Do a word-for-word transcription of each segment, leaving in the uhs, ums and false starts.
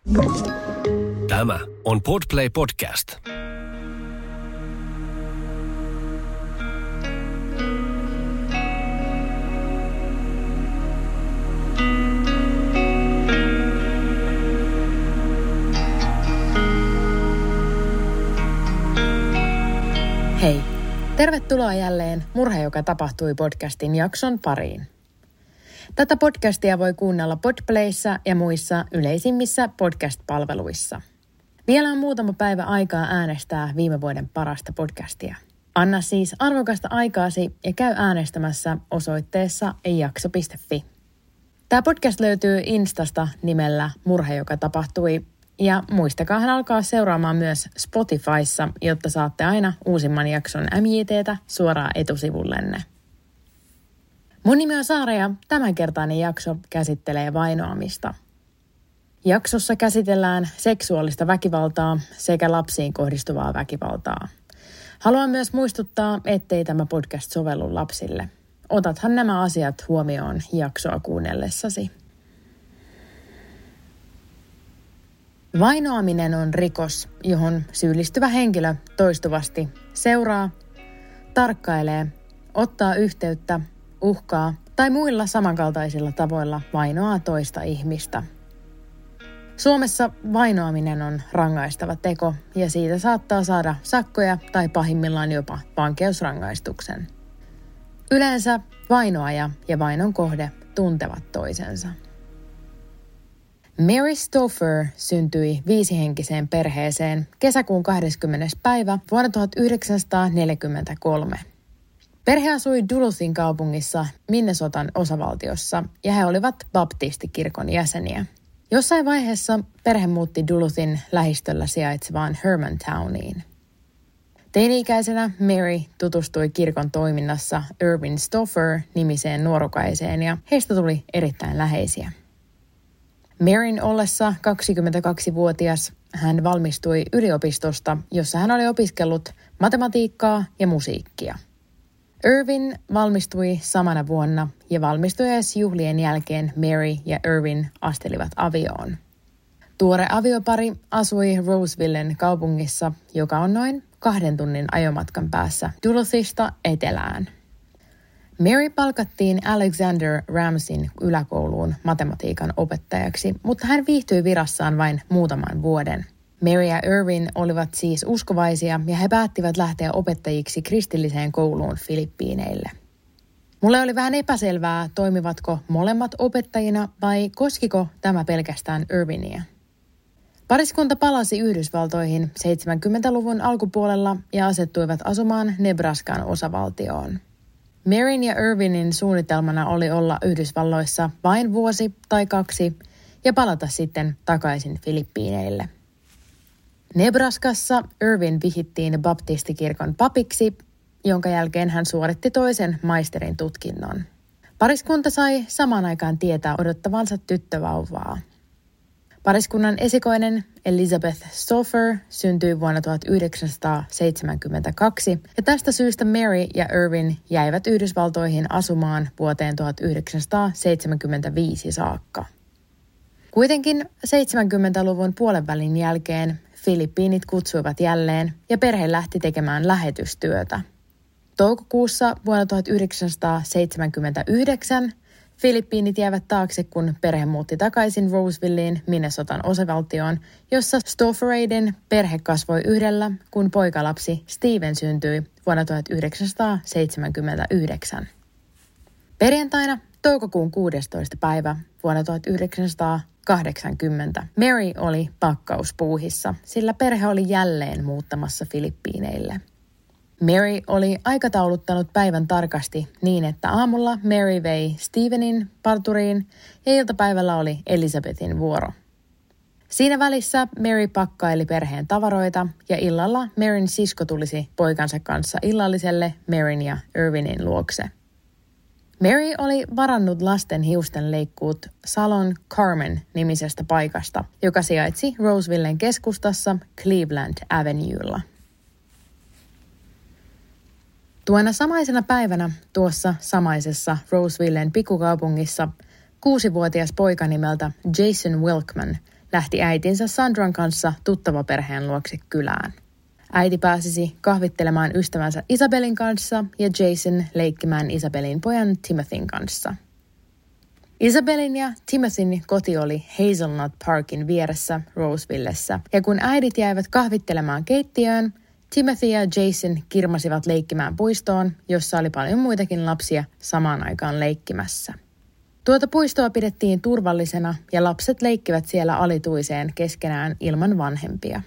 Tämä on Podplay Podcast. Hei, tervetuloa jälleen Murhe, joka tapahtui podcastin jakson pariin. Tätä podcastia voi kuunnella Podplayssa ja muissa yleisimmissä podcast-palveluissa. Vielä on muutama päivä aikaa äänestää viime vuoden parasta podcastia. Anna siis arvokasta aikaasi ja käy äänestämässä osoitteessa jakso piste fi. Tämä podcast löytyy Instasta nimellä Murhe, joka tapahtui. Ja muistakaahan alkaa seuraamaan myös Spotifyssa, jotta saatte aina uusimman jakson M J T:tä suoraan etusivullenne. Mun nimi on Saara ja tämänkertainen jakso käsittelee vainoamista. Jaksossa käsitellään seksuaalista väkivaltaa sekä lapsiin kohdistuvaa väkivaltaa. Haluan myös muistuttaa, ettei tämä podcast sovellu lapsille. Otathan nämä asiat huomioon jaksoa kuunnellessasi. Vainoaminen on rikos, johon syyllistyvä henkilö toistuvasti seuraa, tarkkailee, ottaa yhteyttä, uhkaa tai muilla samankaltaisilla tavoilla vainoaa toista ihmistä. Suomessa vainoaminen on rangaistava teko ja siitä saattaa saada sakkoja tai pahimmillaan jopa vankeusrangaistuksen. Yleensä vainoaja ja vainon kohde tuntevat toisensa. Mary Stouffer syntyi viisihenkiseen perheeseen kesäkuun kahdeskymmenes päivä vuonna tuhatyhdeksänsataaneljäkymmentäkolme. Perhe asui Duluthin kaupungissa Minnesotan osavaltiossa ja he olivat baptistikirkon jäseniä. Jossain vaiheessa perhe muutti Duluthin lähistöllä sijaitsevaan Hermantowniin. Teini-ikäisenä Mary tutustui kirkon toiminnassa Irvin Stauffer-nimiseen nuorukaiseen ja heistä tuli erittäin läheisiä. Maryn ollessa kaksikymmentäkaksivuotias hän valmistui yliopistosta, jossa hän oli opiskellut matematiikkaa ja musiikkia. Irvin valmistui samana vuonna ja valmistujaisjuhlien jälkeen Mary ja Irvin astelivat avioon. Tuore aviopari asui Rosevillen kaupungissa, joka on noin kahden tunnin ajomatkan päässä Duluthista etelään. Mary palkattiin Alexander Ramseyn yläkouluun matematiikan opettajaksi, mutta hän viihtyi virassaan vain muutaman vuoden. Mary ja Irvin olivat siis uskovaisia ja he päättivät lähteä opettajiksi kristilliseen kouluun Filippiineille. Mulle oli vähän epäselvää, toimivatko molemmat opettajina vai koskiko tämä pelkästään Irvinia. Pariskunta palasi Yhdysvaltoihin seitsemänkymmentäluvun alkupuolella ja asettuivat asumaan Nebraskan osavaltioon. Maryn ja Irvinin suunnitelmana oli olla Yhdysvalloissa vain vuosi tai kaksi ja palata sitten takaisin Filippiineille. Nebraskassa Irvin vihittiin baptistikirkon papiksi, jonka jälkeen hän suoritti toisen maisterin tutkinnon. Pariskunta sai samaan aikaan tietää odottavansa tyttövauvaa. Pariskunnan esikoinen Elizabeth Stauffer syntyi vuonna tuhatyhdeksänsataaseitsemänkymmentäkaksi ja tästä syystä Mary ja Irvin jäivät Yhdysvaltoihin asumaan vuoteen tuhatyhdeksänsataaseitsemänkymmentäviisi saakka. Kuitenkin seitsemänkymmentäluvun puolenvälin jälkeen Filippiinit kutsuivat jälleen ja perhe lähti tekemään lähetystyötä. Toukokuussa vuonna tuhatyhdeksänsataaseitsemänkymmentäyhdeksän Filippiinit jäivät taakse, kun perhe muutti takaisin Rosevilleen Minnesotan osavaltioon, jossa Stauffereiden perhe kasvoi yhdellä, kun poikalapsi Steven syntyi vuonna tuhatyhdeksänsataaseitsemänkymmentäyhdeksän. Perjantaina toukokuun kuudestoista päivä vuonna tuhatyhdeksänsataakahdeksankymmentä Mary oli pakkauspuuhissa, sillä perhe oli jälleen muuttamassa Filippiineille. Mary oli aikatauluttanut päivän tarkasti niin, että aamulla Mary vei Stevenin parturiin ja iltapäivällä oli Elizabethin vuoro. Siinä välissä Mary pakkaili perheen tavaroita ja illalla Maryn sisko tulisi poikansa kanssa illalliselle Maryn ja Irvinin luokse. Mary oli varannut lasten hiusten leikkuut Salon Carmen-nimisestä paikasta, joka sijaitsi Rosevillen keskustassa Cleveland Avenuella. Tuona samaisena päivänä tuossa samaisessa Rosevillen pikkukaupungissa kuusivuotias poika nimeltä Jason Wilkman lähti äitinsä Sandran kanssa tuttavaperheen luokse kylään. Äiti pääsisi kahvittelemaan ystävänsä Isabelin kanssa ja Jason leikkimään Isabelin pojan Timothyn kanssa. Isabelin ja Timothyn koti oli Hazelnut Parkin vieressä Rosevillessä, ja kun äidit jäivät kahvittelemaan keittiöön, Timothy ja Jason kirmasivat leikkimään puistoon, jossa oli paljon muitakin lapsia samaan aikaan leikkimässä. Tuota puistoa pidettiin turvallisena ja lapset leikkivät siellä alituiseen keskenään ilman vanhempia.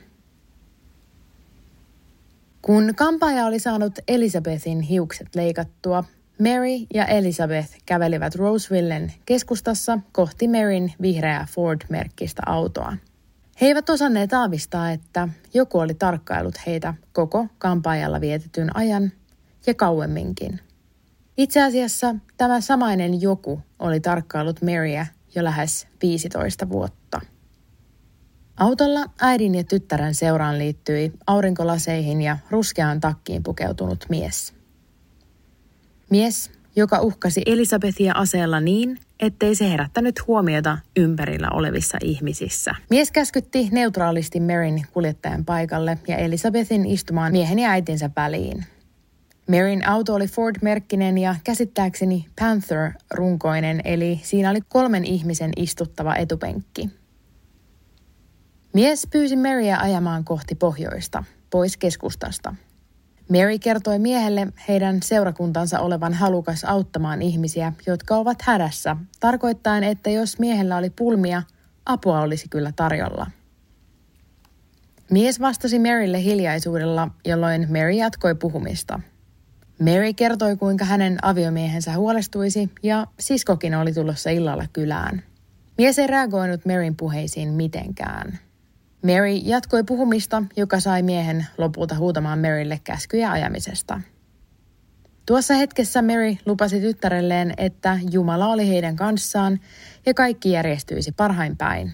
Kun kampaaja oli saanut Elizabethin hiukset leikattua, Mary ja Elizabeth kävelivät Rosevillen keskustassa kohti Maryn vihreää Ford-merkkistä autoa. He eivät osanneet aavistaa, että joku oli tarkkaillut heitä koko kampaajalla vietetyn ajan ja kauemminkin. Itse asiassa tämä samainen joku oli tarkkaillut Maryä jo lähes viisitoista vuotta. Autolla äidin ja tyttären seuraan liittyi aurinkolaseihin ja ruskeaan takkiin pukeutunut mies. Mies, joka uhkasi Elizabethia aseella niin, ettei se herättänyt huomiota ympärillä olevissa ihmisissä. Mies käskytti neutraalisti Maryn kuljettajan paikalle ja Elizabethin istumaan miehen ja äitinsä väliin. Maryn auto oli Ford-merkkinen ja käsittääkseni Panther-runkoinen, eli siinä oli kolmen ihmisen istuttava etupenkki. Mies pyysi Maryä ajamaan kohti pohjoista, pois keskustasta. Mary kertoi miehelle heidän seurakuntansa olevan halukas auttamaan ihmisiä, jotka ovat hädässä, tarkoittaen, että jos miehellä oli pulmia, apua olisi kyllä tarjolla. Mies vastasi Marylle hiljaisuudella, jolloin Mary jatkoi puhumista. Mary kertoi, kuinka hänen aviomiehensä huolestuisi ja siskokin oli tulossa illalla kylään. Mies ei reagoinut Maryn puheisiin mitenkään. Mary jatkoi puhumista, joka sai miehen lopulta huutamaan Marylle käskyjä ajamisesta. Tuossa hetkessä Mary lupasi tyttärelleen, että Jumala oli heidän kanssaan ja kaikki järjestyisi parhain päin.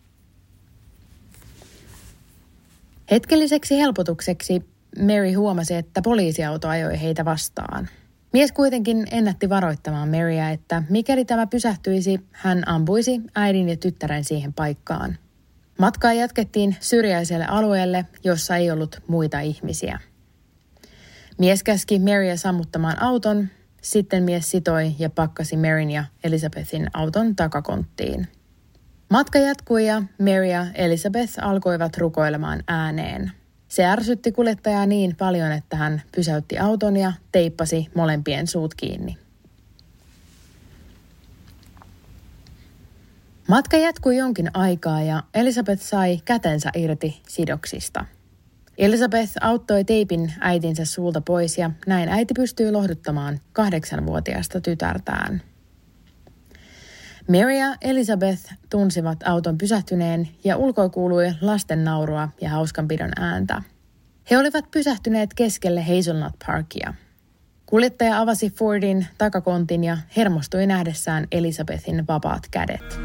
Hetkelliseksi helpotukseksi Mary huomasi, että poliisiauto ajoi heitä vastaan. Mies kuitenkin ennätti varoittamaan Maryä, että mikäli tämä pysähtyisi, hän ampuisi äidin ja tyttären siihen paikkaan. Matkaa jatkettiin syrjäiselle alueelle, jossa ei ollut muita ihmisiä. Mies käski Maryä sammuttamaan auton, sitten mies sitoi ja pakkasi Maryn ja Elizabethin auton takakonttiin. Matka jatkui ja Mary ja Elizabeth alkoivat rukoilemaan ääneen. Se ärsytti kuljettajaa niin paljon, että hän pysäytti auton ja teippasi molempien suut kiinni. Matka jatkui jonkin aikaa ja Elizabeth sai kätensä irti sidoksista. Elizabeth auttoi teipin äitinsä suulta pois ja näin äiti pystyi lohduttamaan kahdeksanvuotiaasta tytärtään. Mary ja Elizabeth tunsivat auton pysähtyneen ja ulkoa kuului lasten naurua ja hauskanpidon ääntä. He olivat pysähtyneet keskelle Hazelnut Parkia. Kuljettaja avasi Fordin takakontin ja hermostui nähdessään Elizabethin vapaat kädet.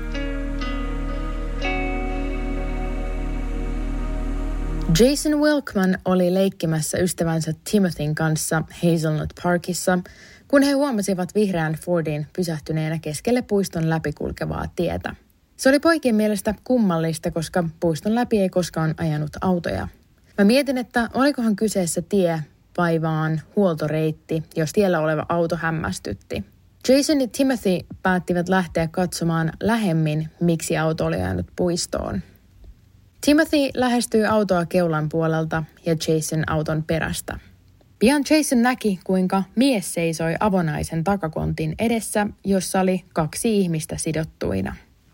Jason Wilkman oli leikkimässä ystävänsä Timothyn kanssa Hazelnut Parkissa, kun he huomasivat vihreän Fordin pysähtyneenä keskelle puiston läpikulkevaa tietä. Se oli poikien mielestä kummallista, koska puiston läpi ei koskaan ajanut autoja. Mä mietin, että olikohan kyseessä tie vai vaan huoltoreitti, jos tiellä oleva auto hämmästytti. Jason ja Timothy päättivät lähteä katsomaan lähemmin, miksi auto oli ajanut puistoon. Timothy lähestyi autoa keulan puolelta ja Jason auton perästä. Pian Jason näki, kuinka mies seisoi avonaisen takakontin edessä, jossa oli kaksi ihmistä sidottuina.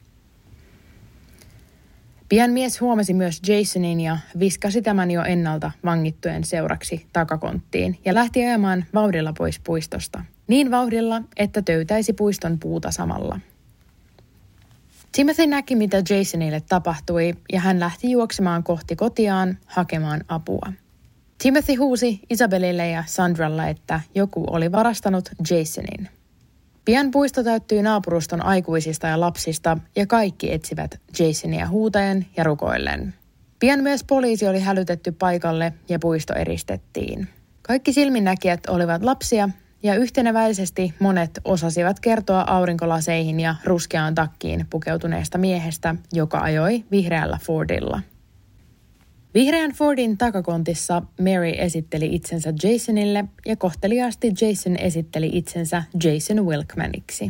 Pian mies huomasi myös Jasonin ja viskasi tämän jo ennalta vangittujen seuraksi takakonttiin ja lähti ajamaan vauhdilla pois puistosta. Niin vauhdilla, että töytäisi puiston puuta samalla. Timothy näki, mitä Jasonille tapahtui, ja hän lähti juoksemaan kohti kotiaan hakemaan apua. Timothy huusi Isabelille ja Sandralle, että joku oli varastanut Jasonin. Pian puisto täyttyi naapuruston aikuisista ja lapsista, ja kaikki etsivät Jasonia huutaen ja rukoillen. Pian myös poliisi oli hälytetty paikalle, ja puisto eristettiin. Kaikki silminnäkijät olivat lapsia, ja yhteneväisesti monet osasivat kertoa aurinkolaseihin ja ruskeaan takkiin pukeutuneesta miehestä, joka ajoi vihreällä Fordilla. Vihreän Fordin takakontissa Mary esitteli itsensä Jasonille ja kohteliaasti Jason esitteli itsensä Jason Wilkmaniksi.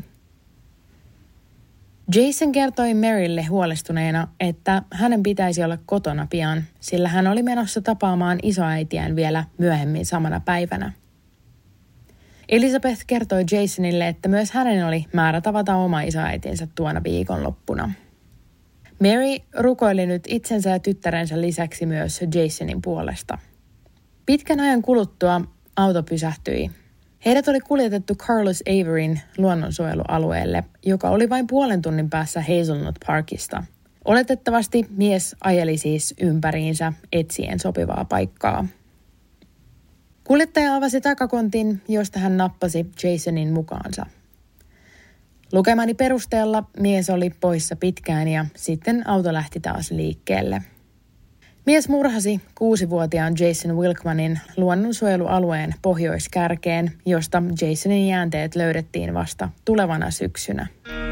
Jason kertoi Marylle huolestuneena, että hänen pitäisi olla kotona pian, sillä hän oli menossa tapaamaan isoäitiään vielä myöhemmin samana päivänä. Elizabeth kertoi Jasonille, että myös hänen oli määrä tavata oma isoäitinsä tuona viikonloppuna. Mary rukoili nyt itsensä ja tyttärensä lisäksi myös Jasonin puolesta. Pitkän ajan kuluttua auto pysähtyi. Heidät oli kuljetettu Carlos Averyn luonnonsuojelualueelle, joka oli vain puolen tunnin päässä Hazelnut Parkista. Oletettavasti mies ajeli siis ympäriinsä etsien sopivaa paikkaa. Kuljettaja avasi takakontin, josta hän nappasi Jasonin mukaansa. Lukemani perusteella mies oli poissa pitkään ja sitten auto lähti taas liikkeelle. Mies murhasi kuusivuotiaan Jason Wilkmanin luonnonsuojelualueen pohjoiskärkeen, josta Jasonin jäänteet löydettiin vasta tulevana syksynä.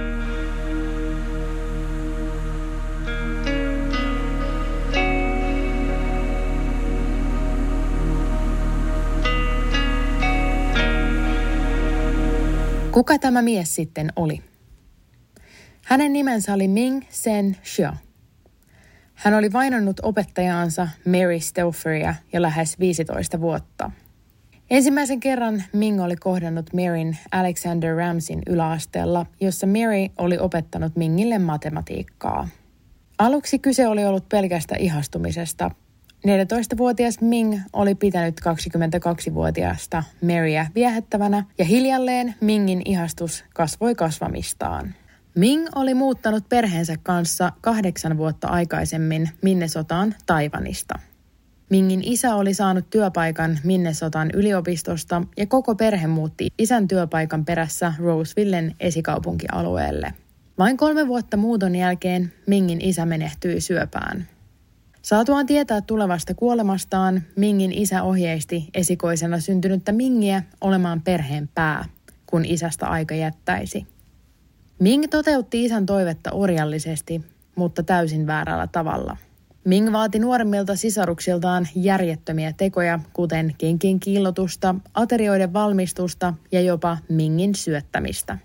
Kuka tämä mies sitten oli? Hänen nimensä oli Ming Sen Xiao. Hän oli vainonnut opettajaansa Mary Staufferia jo lähes viisitoista vuotta. Ensimmäisen kerran Ming oli kohdannut Maryn Alexander Ramsin yläasteella, jossa Mary oli opettanut Mingille matematiikkaa. Aluksi kyse oli ollut pelkästä ihastumisesta. neljätoistavuotias Ming oli pitänyt kaksikymmentäkaksivuotiaasta Maryä viehättävänä ja hiljalleen Mingin ihastus kasvoi kasvamistaan. Ming oli muuttanut perheensä kanssa kahdeksan vuotta aikaisemmin Minnesotaan Taiwanista. Mingin isä oli saanut työpaikan Minnesotan yliopistosta ja koko perhe muutti isän työpaikan perässä Rosevillen esikaupunkialueelle. Vain kolme vuotta muuton jälkeen Mingin isä menehtyi syöpään. Saatuaan tietää tulevasta kuolemastaan, Mingin isä ohjeisti esikoisena syntynyttä Mingiä olemaan perheen pää, kun isästä aika jättäisi. Ming toteutti isän toivetta orjallisesti, mutta täysin väärällä tavalla. Ming vaati nuoremmilta sisaruksiltaan järjettömiä tekoja, kuten kenkien kiillotusta, aterioiden valmistusta ja jopa Mingin syöttämistä.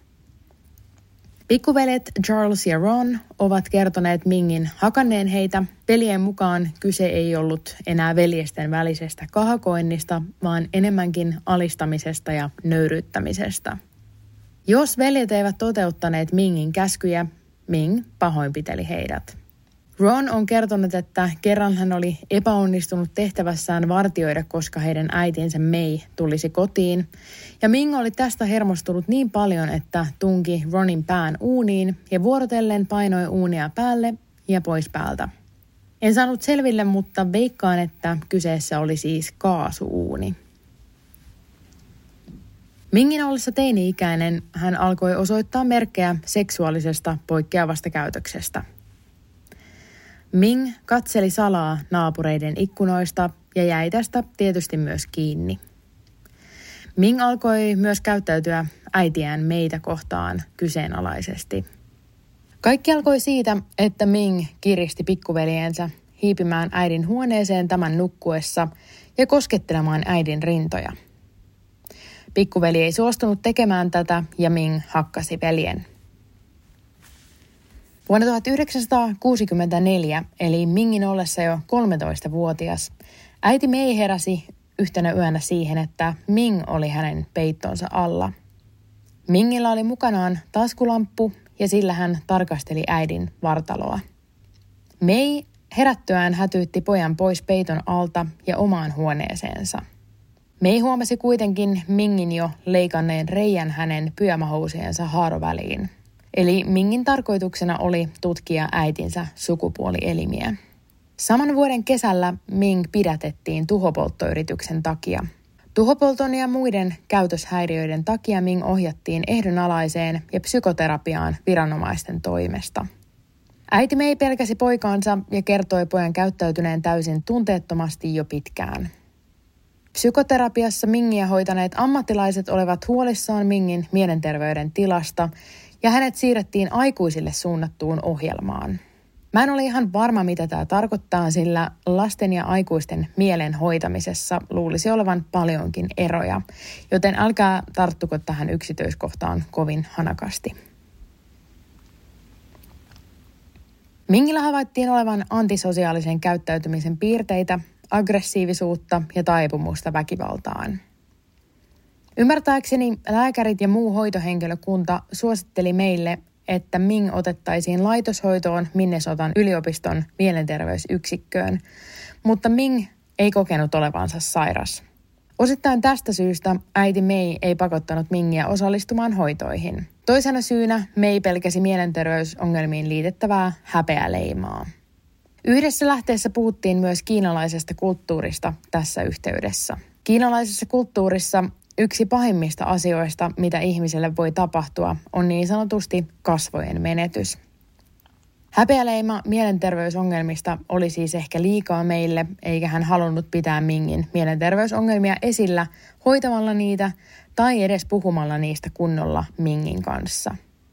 Pikkuveljet Charles ja Ron ovat kertoneet Mingin hakanneen heitä. Pelien mukaan kyse ei ollut enää veljesten välisestä kahakoinnista, vaan enemmänkin alistamisesta ja nöyryyttämisestä. Jos veljet eivät toteuttaneet Mingin käskyjä, Ming pahoinpiteli heidät. Ron on kertonut, että kerran hän oli epäonnistunut tehtävässään vartioida, koska heidän äitinsä May tulisi kotiin. Ja Ming oli tästä hermostunut niin paljon, että tunki Ronin pään uuniin ja vuorotellen painoi uunia päälle ja pois päältä. En saanut selville, mutta veikkaan, että kyseessä oli siis kaasuuuni. Mingin ollessa teini-ikäinen hän alkoi osoittaa merkkejä seksuaalisesta poikkeavasta käytöksestä. Ming katseli salaa naapureiden ikkunoista ja jäi tästä tietysti myös kiinni. Ming alkoi myös käyttäytyä äitiään Maytä kohtaan kyseenalaisesti. Kaikki alkoi siitä, että Ming kiristi pikkuveljensä hiipimään äidin huoneeseen tämän nukkuessa ja koskettelemaan äidin rintoja. Pikkuveli ei suostunut tekemään tätä ja Ming hakkasi veljen. Vuonna tuhatyhdeksänsataakuusikymmentäneljä, eli Mingin ollessa jo kolmetoistavuotias, äiti May heräsi yhtenä yönä siihen, että Ming oli hänen peittonsa alla. Mingillä oli mukanaan taskulamppu ja sillä hän tarkasteli äidin vartaloa. May herättyään hätyytti pojan pois peiton alta ja omaan huoneeseensa. May huomasi kuitenkin Mingin jo leikanneen reijän hänen pyömähousujensa haaroväliin. Eli Mingin tarkoituksena oli tutkia äitinsä sukupuolielimiä. Saman vuoden kesällä Ming pidätettiin tuhopolttoyrityksen takia. Tuhopolton ja muiden käytöshäiriöiden takia Ming ohjattiin ehdonalaiseen ja psykoterapiaan viranomaisten toimesta. Äiti May pelkäsi poikaansa ja kertoi pojan käyttäytyneen täysin tunteettomasti jo pitkään. Psykoterapiassa Mingiä hoitaneet ammattilaiset olivat huolissaan Mingin mielenterveyden tilasta ja hänet siirrettiin aikuisille suunnattuun ohjelmaan. Mä en ole ihan varma, mitä tämä tarkoittaa, sillä lasten ja aikuisten mielen hoitamisessa luulisi olevan paljonkin eroja, joten älkää tarttuko tähän yksityiskohtaan kovin hanakasti. Mingillä havaittiin olevan antisosiaalisen käyttäytymisen piirteitä, aggressiivisuutta ja taipumusta väkivaltaan. Ymmärtääkseni lääkärit ja muu hoitohenkilökunta suositteli meille, että Ming otettaisiin laitoshoitoon Minnesotan yliopiston mielenterveysyksikköön, mutta Ming ei kokenut olevansa sairas. Osittain tästä syystä äiti May ei pakottanut Mingiä osallistumaan hoitoihin. Toisena syynä May pelkäsi mielenterveysongelmiin liitettävää häpeäleimaa. Yhdessä lähteessä puhuttiin myös kiinalaisesta kulttuurista tässä yhteydessä. Kiinalaisessa kulttuurissa yksi pahimmista asioista, mitä ihmiselle voi tapahtua, on niin sanotusti kasvojen menetys. Häpeäleima mielenterveysongelmista oli siis ehkä liikaa meille, eikä hän halunnut pitää Mingin mielenterveysongelmia esillä hoitamalla niitä tai edes puhumalla niistä kunnolla Mingin kanssa.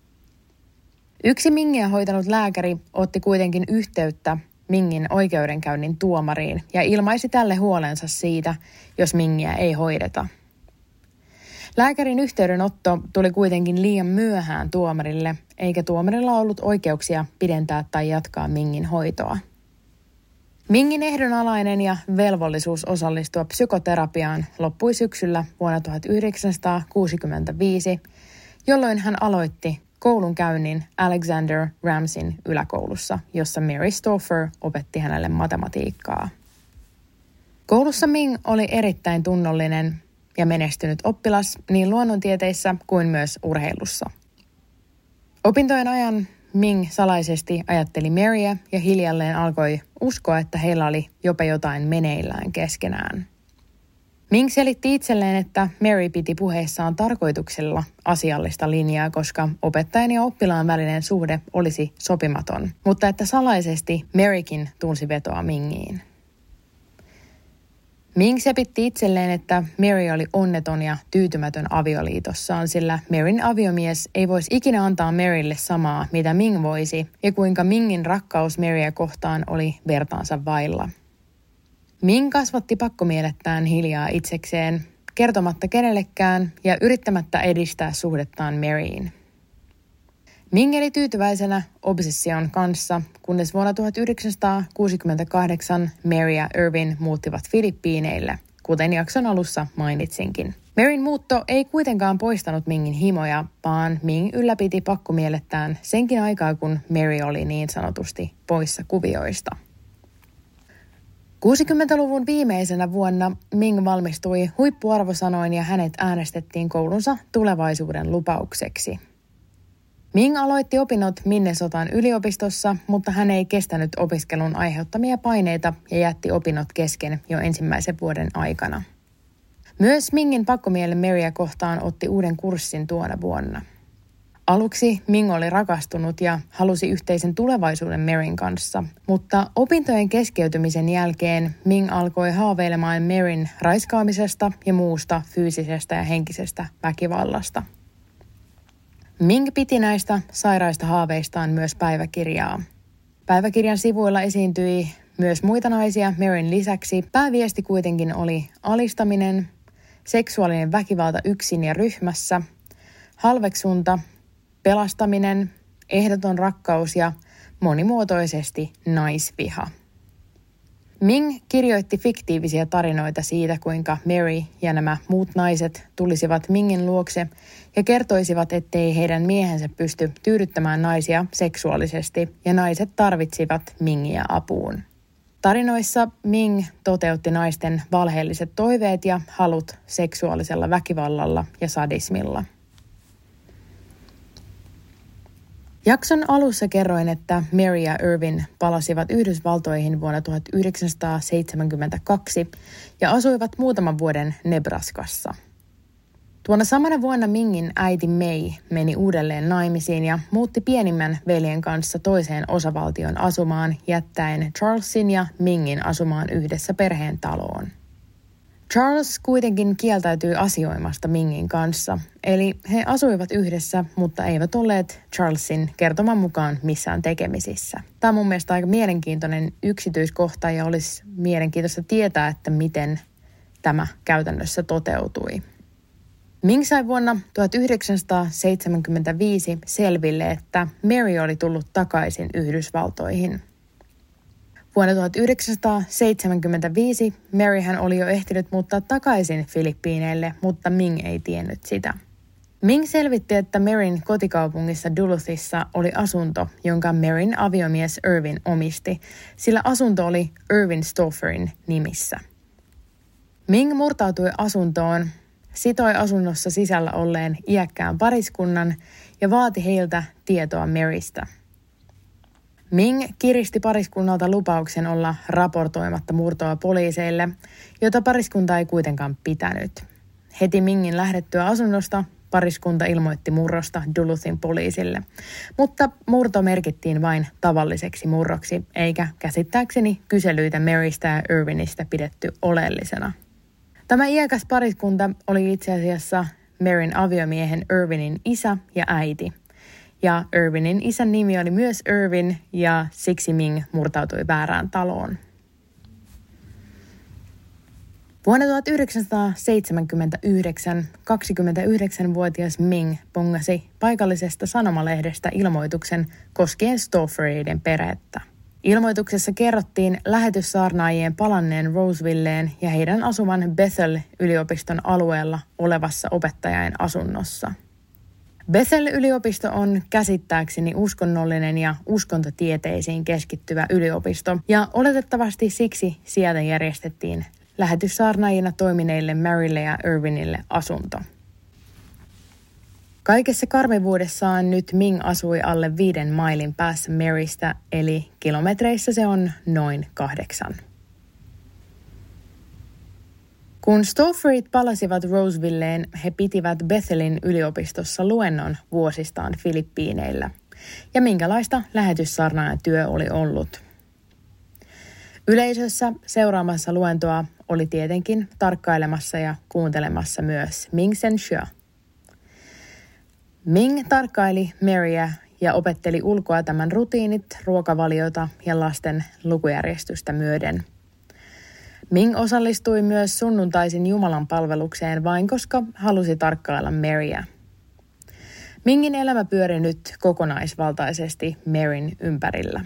Yksi Mingiä hoitanut lääkäri otti kuitenkin yhteyttä Mingin oikeudenkäynnin tuomariin ja ilmaisi tälle huolensa siitä, jos Mingiä ei hoideta. Lääkärin yhteydenotto tuli kuitenkin liian myöhään tuomarille, eikä tuomarilla ollut oikeuksia pidentää tai jatkaa Mingin hoitoa. Mingin ehdonalainen ja velvollisuus osallistua psykoterapiaan loppui syksyllä vuonna tuhatyhdeksänsataakuusikymmentäviisi, jolloin hän aloitti koulunkäynnin Alexander Ramsin yläkoulussa, jossa Mary Stauffer opetti hänelle matematiikkaa. Koulussa Ming oli erittäin tunnollinen ja menestynyt oppilas niin luonnontieteissä kuin myös urheilussa. Opintojen ajan Ming salaisesti ajatteli Maryä ja hiljalleen alkoi uskoa, että heillä oli jopa jotain meneillään keskenään. Ming selitti itselleen, että Mary piti puheissaan tarkoituksella asiallista linjaa, koska opettajan ja oppilaan välinen suhde olisi sopimaton, mutta että salaisesti Marykin tunsi vetoa Mingiin. Ming sepitti itselleen, että Mary oli onneton ja tyytymätön avioliitossaan, sillä Maryn aviomies ei voisi ikinä antaa Marylle samaa, mitä Ming voisi, ja kuinka Mingin rakkaus Maryä kohtaan oli vertaansa vailla. Ming kasvatti pakkomielettään hiljaa itsekseen, kertomatta kenellekään ja yrittämättä edistää suhdettaan Maryin. Ming eli tyytyväisenä obsession kanssa, kunnes vuonna tuhatyhdeksänsataakuusikymmentäkahdeksan Mary ja Irvin muuttivat Filippiineille, kuten jakson alussa mainitsinkin. Maryn muutto ei kuitenkaan poistanut Mingin himoja, vaan Ming ylläpiti pakkomielettään senkin aikaa, kun Mary oli niin sanotusti poissa kuvioista. kuusikymmentäluvun viimeisenä vuonna Ming valmistui huippuarvosanoin ja hänet äänestettiin koulunsa tulevaisuuden lupaukseksi. Ming aloitti opinnot Minnesotan yliopistossa, mutta hän ei kestänyt opiskelun aiheuttamia paineita ja jätti opinnot kesken jo ensimmäisen vuoden aikana. Myös Mingin pakkomielle Maryä kohtaan otti uuden kurssin tuona vuonna. Aluksi Ming oli rakastunut ja halusi yhteisen tulevaisuuden Maryn kanssa, mutta opintojen keskeytymisen jälkeen Ming alkoi haaveilemaan Maryn raiskaamisesta ja muusta fyysisestä ja henkisestä väkivallasta. Ming piti näistä sairaista haaveistaan myös päiväkirjaa. Päiväkirjan sivuilla esiintyi myös muita naisia Maryn lisäksi. Pääviesti kuitenkin oli alistaminen, seksuaalinen väkivalta yksin ja ryhmässä, halveksunta, pelastaminen, ehdoton rakkaus ja monimuotoisesti naisviha. Ming kirjoitti fiktiivisiä tarinoita siitä, kuinka Mary ja nämä muut naiset tulisivat Mingin luokse ja kertoisivat, ettei heidän miehensä pysty tyydyttämään naisia seksuaalisesti ja naiset tarvitsivat Mingiä apuun. Tarinoissa Ming toteutti naisten valheelliset toiveet ja halut seksuaalisella väkivallalla ja sadismilla. Jakson alussa kerroin, että Mary ja Irvin palasivat Yhdysvaltoihin vuonna tuhatyhdeksänsataaseitsemänkymmentäkaksi ja asuivat muutaman vuoden Nebraskassa. Tuona samana vuonna Mingin äiti May meni uudelleen naimisiin ja muutti pienimmän veljen kanssa toiseen osavaltion asumaan, jättäen Charlesin ja Mingin asumaan yhdessä perheen taloon. Charles kuitenkin kieltäytyi asioimasta Mingin kanssa, eli he asuivat yhdessä, mutta eivät olleet Charlesin kertoman mukaan missään tekemisissä. Tämä on mun mielestä aika mielenkiintoinen yksityiskohta ja olisi mielenkiintoista tietää, että miten tämä käytännössä toteutui. Ming sai vuonna tuhatyhdeksänsataaseitsemänkymmentäviisi selville, että Mary oli tullut takaisin Yhdysvaltoihin. Vuonna tuhatyhdeksänsataaseitsemänkymmentäviisi Maryhän oli jo ehtinyt muuttaa takaisin Filippiineille, mutta Ming ei tiennyt sitä. Ming selvitti, että Maryn kotikaupungissa Duluthissa oli asunto, jonka Maryn aviomies Irvin omisti, sillä asunto oli Irvin Staufferin nimissä. Ming murtautui asuntoon, sitoi asunnossa sisällä olleen iäkkään pariskunnan ja vaati heiltä tietoa Marystä. Ming kiristi pariskunnalta lupauksen olla raportoimatta murtoa poliiseille, jota pariskunta ei kuitenkaan pitänyt. Heti Mingin lähdettyä asunnosta pariskunta ilmoitti murrosta Duluthin poliisille, mutta murto merkittiin vain tavalliseksi murroksi, eikä käsittääkseni kyselyitä Marystä ja Irvinistä pidetty oleellisena. Tämä iäkäs pariskunta oli itse asiassa Maryn aviomiehen Irvinin isä ja äiti. Ja Irvinin isän nimi oli myös Irvin ja siksi Ming murtautui väärään taloon. Vuonna tuhatyhdeksänsataaseitsemänkymmentäyhdeksän kaksikymmentäyhdeksänvuotias Ming bongasi paikallisesta sanomalehdestä ilmoituksen koskien Stauffereiden perhettä. Ilmoituksessa kerrottiin lähetyssaarnaajien palanneen Rosevilleen ja heidän asuvan Bethel-yliopiston alueella olevassa opettajain asunnossa. Bethel-yliopisto on käsittääkseni uskonnollinen ja uskontotieteisiin keskittyvä yliopisto, ja oletettavasti siksi sieltä järjestettiin lähetyssaarnaajina toimineille Marylle ja Irvinille asunto. Kaikessa karmivuudessaan nyt Ming asui alle viiden mailin päässä Marystä, eli kilometreissä se on noin kahdeksan. Kun Staufferit palasivat Rosevilleen, he pitivät Bethelin yliopistossa luennon vuosistaan Filippiineillä. Ja minkälaista lähetyssaarnaajan työ oli ollut. Yleisössä seuraamassa luentoa oli tietenkin tarkkailemassa ja kuuntelemassa myös Ming Sen-Shue. Ming tarkkaili Maryä ja opetteli ulkoa tämän rutiinit, ruokavaliota ja lasten lukujärjestystä myöden. Ming osallistui myös sunnuntaisin Jumalan palvelukseen vain koska halusi tarkkailla Maryä. Mingin elämä pyöri nyt kokonaisvaltaisesti Maryn ympärillä.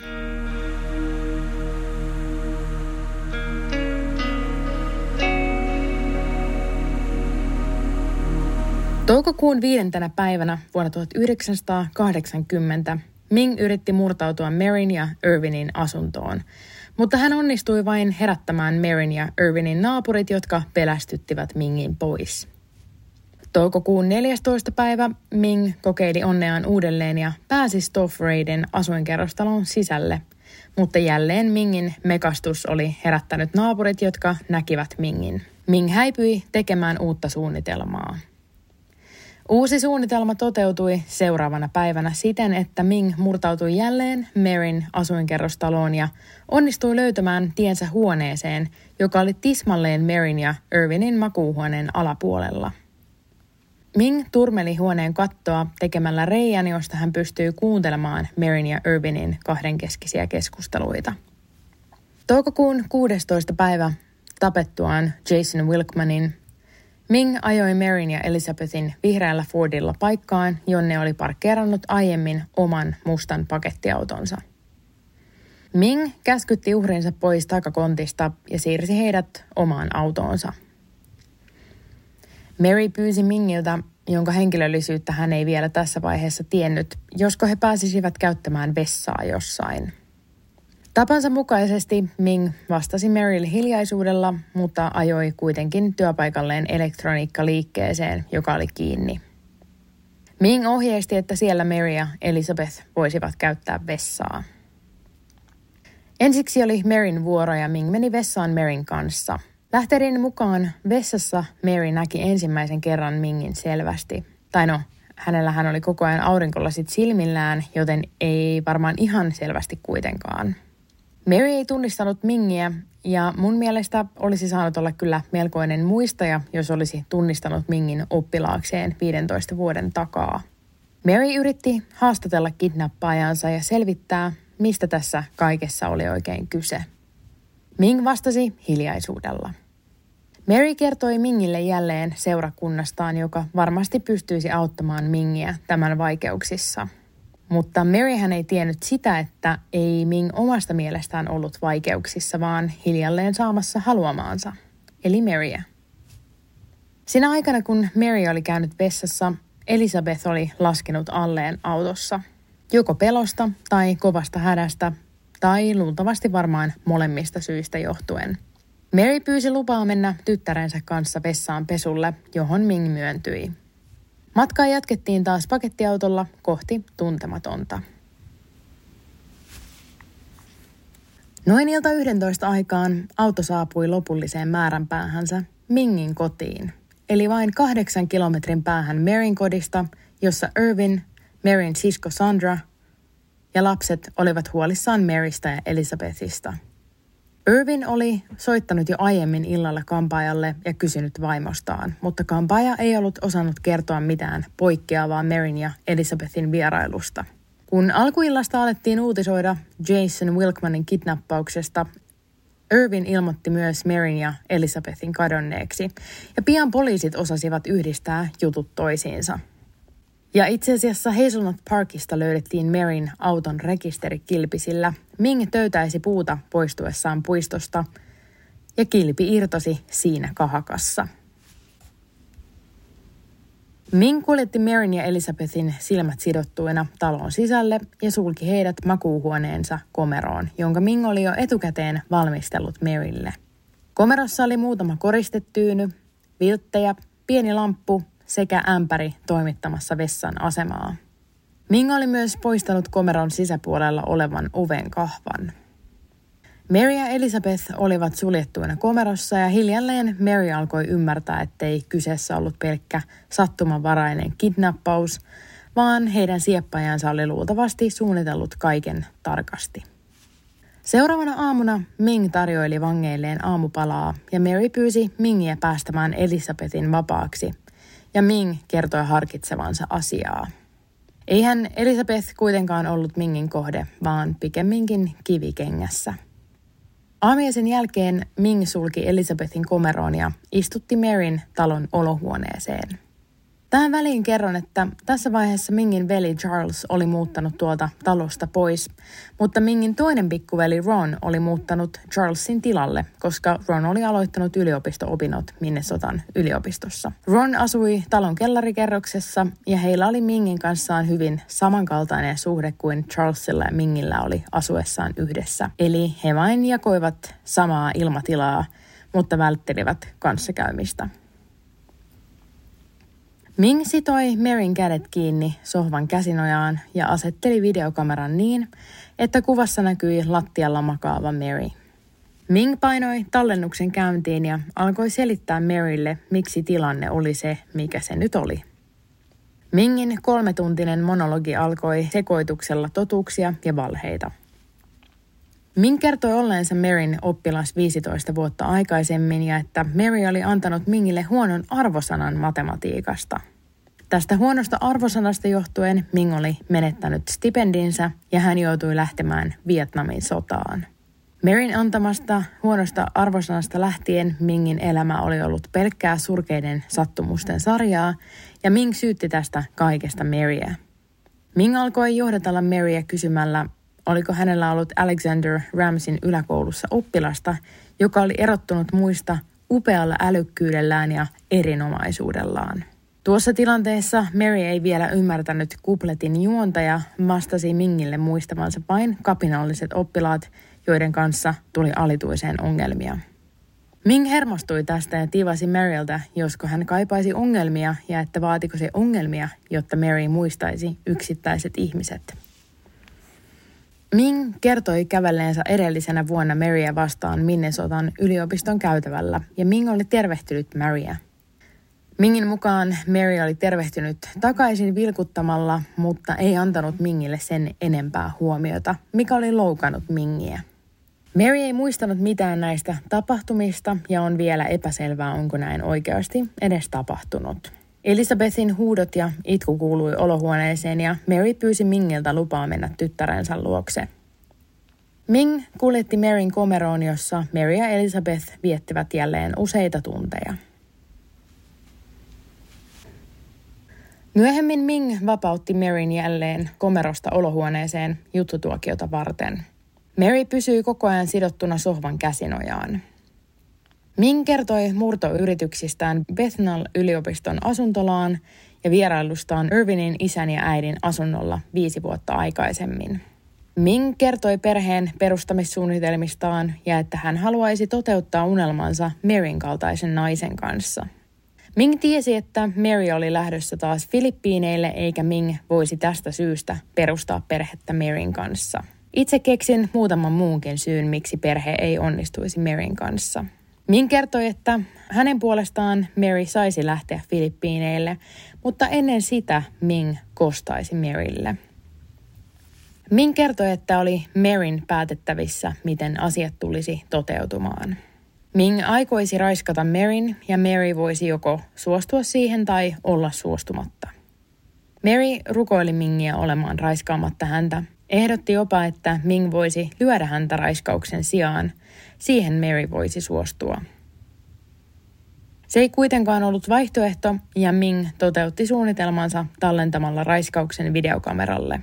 Toukokuun viidentenä päivänä vuonna tuhatyhdeksänsataakahdeksankymmentä Ming yritti murtautua Maryn ja Irvinin asuntoon, mutta hän onnistui vain herättämään Maryn ja Irvinin naapurit, jotka pelästyttivät Mingin pois. Toukokuun neljästoista päivä Ming kokeili onneaan uudelleen ja pääsi Stauffereiden asuinkerrostalon sisälle, mutta jälleen Mingin mekastus oli herättänyt naapurit, jotka näkivät Mingin. Ming häipyi tekemään uutta suunnitelmaa. Uusi suunnitelma toteutui seuraavana päivänä siten, että Ming murtautui jälleen Maryn asuinkerrostaloon ja onnistui löytämään tiensä huoneeseen, joka oli tismalleen Maryn ja Irvinin makuuhuoneen alapuolella. Ming turmeli huoneen kattoa tekemällä reijän, josta hän pystyi kuuntelemaan Maryn ja Irvinin kahdenkeskisiä keskusteluita. Toukokuun kuudestoista päivä tapettuaan Jason Wilkmanin Ming ajoi Maryn ja Elizabethin vihreällä Fordilla paikkaan, jonne oli parkkeerannut aiemmin oman mustan pakettiautonsa. Ming käskytti uhrinsa pois takakontista ja siirsi heidät omaan autoonsa. Mary pyysi Mingiltä, jonka henkilöllisyyttä hän ei vielä tässä vaiheessa tiennyt, josko he pääsisivät käyttämään vessaa jossain. Tapansa mukaisesti Ming vastasi Marylle hiljaisuudella, mutta ajoi kuitenkin työpaikalleen elektroniikkaliikkeeseen, joka oli kiinni. Ming ohjeisti, että siellä Mary ja Elizabeth voisivat käyttää vessaa. Ensiksi oli Maryn vuoro ja Ming meni vessaan Maryn kanssa. Lähteiden mukaan vessassa Mary näki ensimmäisen kerran Mingin selvästi. Tai no, hänellähän oli koko ajan aurinkolasit silmillään, joten ei varmaan ihan selvästi kuitenkaan. Mary ei tunnistanut Mingiä ja mun mielestä olisi saanut olla kyllä melkoinen muistaja, jos olisi tunnistanut Mingin oppilaakseen viidentoista vuoden takaa. Mary yritti haastatella kidnappaajansa ja selvittää, mistä tässä kaikessa oli oikein kyse. Ming vastasi hiljaisuudella. Mary kertoi Mingille jälleen seurakunnastaan, joka varmasti pystyisi auttamaan Mingiä tämän vaikeuksissa. Mutta Maryhän ei tiennyt sitä, että ei Ming omasta mielestään ollut vaikeuksissa, vaan hiljalleen saamassa haluamaansa, eli Maryä. Sinä aikana, kun Mary oli käynyt vessassa, Elizabeth oli laskenut alleen autossa. Joko pelosta tai kovasta hädästä, tai luultavasti varmaan molemmista syistä johtuen. Mary pyysi lupaa mennä tyttärensä kanssa vessaan pesulle, johon Ming myöntyi. Matkaa jatkettiin taas pakettiautolla kohti tuntematonta. Noin ilta yhdentoista aikaan auto saapui lopulliseen määränpäähänsä Mingin kotiin, eli vain kahdeksan kilometrin päähän Maryn kodista, jossa Irvin, Maryn sisko Sandra ja lapset olivat huolissaan Marystä ja Elizabethista. Irvin oli soittanut jo aiemmin illalla kampaajalle ja kysynyt vaimostaan, mutta kampaaja ei ollut osannut kertoa mitään poikkeavaa Maryn ja Elizabethin vierailusta. Kun alkuillasta alettiin uutisoida Jason Wilkmanin kidnappauksesta, Irvin ilmoitti myös Maryn ja Elizabethin kadonneeksi, ja pian poliisit osasivat yhdistää jutut toisiinsa. Ja itse asiassa Hazelnut Parkista löydettiin Maryn auton rekisterikilpi, sillä Ming töytäisi puuta poistuessaan puistosta ja kilpi irtosi siinä kahakassa. Ming kuljetti Maryn ja Elizabethin silmät sidottuina talon sisälle ja sulki heidät makuuhuoneensa komeroon, jonka Ming oli jo etukäteen valmistellut Marylle. Komerossa oli muutama koristetyyny, vilttejä, pieni lamppu sekä ämpäri toimittamassa vessan asemaa. Ming oli myös poistanut komeron sisäpuolella olevan oven kahvan. Mary ja Elizabeth olivat suljettuina komerossa ja hiljalleen Mary alkoi ymmärtää, ettei kyseessä ollut pelkkä sattumanvarainen kidnappaus, vaan heidän sieppajansa oli luultavasti suunnitellut kaiken tarkasti. Seuraavana aamuna Ming tarjoili vangeilleen aamupalaa ja Mary pyysi Mingiä päästämään Elizabethin vapaaksi, ja Ming kertoi harkitsevansa asiaa. Eihän Elizabeth kuitenkaan ollut Mingin kohde, vaan pikemminkin kivikengässä. Aamiaisen jälkeen Ming sulki Elizabethin komeroon ja istutti Maryn talon olohuoneeseen. Tähän väliin kerron, että tässä vaiheessa Mingin veli Charles oli muuttanut tuolta talosta pois, mutta Mingin toinen pikkuveli Ron oli muuttanut Charlesin tilalle, koska Ron oli aloittanut yliopisto-opinnot Minnesotan yliopistossa. Ron asui talon kellarikerroksessa ja heillä oli Mingin kanssaan hyvin samankaltainen suhde kuin Charlesilla ja Mingillä oli asuessaan yhdessä. Eli he vain jakoivat samaa ilmatilaa, mutta välttelivät kanssakäymistä. Ming sitoi Maryn kädet kiinni sohvan käsinojaan ja asetteli videokameran niin, että kuvassa näkyi lattialla makaava Mary. Ming painoi tallennuksen käyntiin ja alkoi selittää Marylle, miksi tilanne oli se, mikä se nyt oli. Mingin kolmetuntinen monologi alkoi sekoituksella totuuksia ja valheita. Ming kertoi olleensa Maryn oppilas viisitoista vuotta aikaisemmin ja että Mary oli antanut Mingille huonon arvosanan matematiikasta. Tästä huonosta arvosanasta johtuen Ming oli menettänyt stipendinsä ja hän joutui lähtemään Vietnamin sotaan. Maryn antamasta huonosta arvosanasta lähtien Mingin elämä oli ollut pelkkää surkeiden sattumusten sarjaa ja Ming syytti tästä kaikesta Maryä. Ming alkoi johdatella Maryä kysymällä, oliko hänellä ollut Alexander Ramsin yläkoulussa oppilasta, joka oli erottunut muista upealla älykkyydellään ja erinomaisuudellaan. Tuossa tilanteessa Mary ei vielä ymmärtänyt kupletin juonta ja vastasi Mingille muistavansa vain kapinalliset oppilaat, joiden kanssa tuli alituiseen ongelmia. Ming hermostui tästä ja tivasi Maryltä, josko hän kaipaisi ongelmia ja että vaatiko se ongelmia, jotta Mary muistaisi yksittäiset ihmiset. Ming kertoi kävelleensä edellisenä vuonna Maryä vastaan Minnesotan yliopiston käytävällä ja Ming oli tervehtynyt Maryä. Mingin mukaan Mary oli tervehtynyt takaisin vilkuttamalla, mutta ei antanut Mingille sen enempää huomiota, mikä oli loukannut Mingiä. Mary ei muistanut mitään näistä tapahtumista ja on vielä epäselvää, onko näin oikeasti edes tapahtunut. Elizabethin huudot ja itku kuului olohuoneeseen ja Mary pyysi Mingiltä lupaa mennä tyttärensä luokse. Ming kuljetti Maryn komeroon, jossa Mary ja Elizabeth viettivät jälleen useita tunteja. Myöhemmin Ming vapautti Maryn jälleen komerosta olohuoneeseen juttutuokiota varten. Mary pysyi koko ajan sidottuna sohvan käsinojaan. Ming kertoi murtoyrityksistään Bethnal-yliopiston asuntolaan ja vierailustaan Irvinin isän ja äidin asunnolla viisi vuotta aikaisemmin. Ming kertoi perheen perustamissuunnitelmistaan ja että hän haluaisi toteuttaa unelmansa Maryn kaltaisen naisen kanssa. Ming tiesi, että Mary oli lähdössä taas Filippiineille eikä Ming voisi tästä syystä perustaa perhettä Maryn kanssa. Itse keksin muutaman muunkin syyn, miksi perhe ei onnistuisi Maryn kanssa. Ming kertoi, että hänen puolestaan Mary saisi lähteä Filippiineille, mutta ennen sitä Ming kostaisi Marylle. Ming kertoi, että oli Maryn päätettävissä, miten asiat tulisi toteutumaan. Ming aikoisi raiskata Maryn ja Mary voisi joko suostua siihen tai olla suostumatta. Mary rukoili Mingiä olemaan raiskaamatta häntä. Ehdotti jopa, että Ming voisi lyödä häntä raiskauksen sijaan. Siihen Mary voisi suostua. Se ei kuitenkaan ollut vaihtoehto ja Ming toteutti suunnitelmansa tallentamalla raiskauksen videokameralle.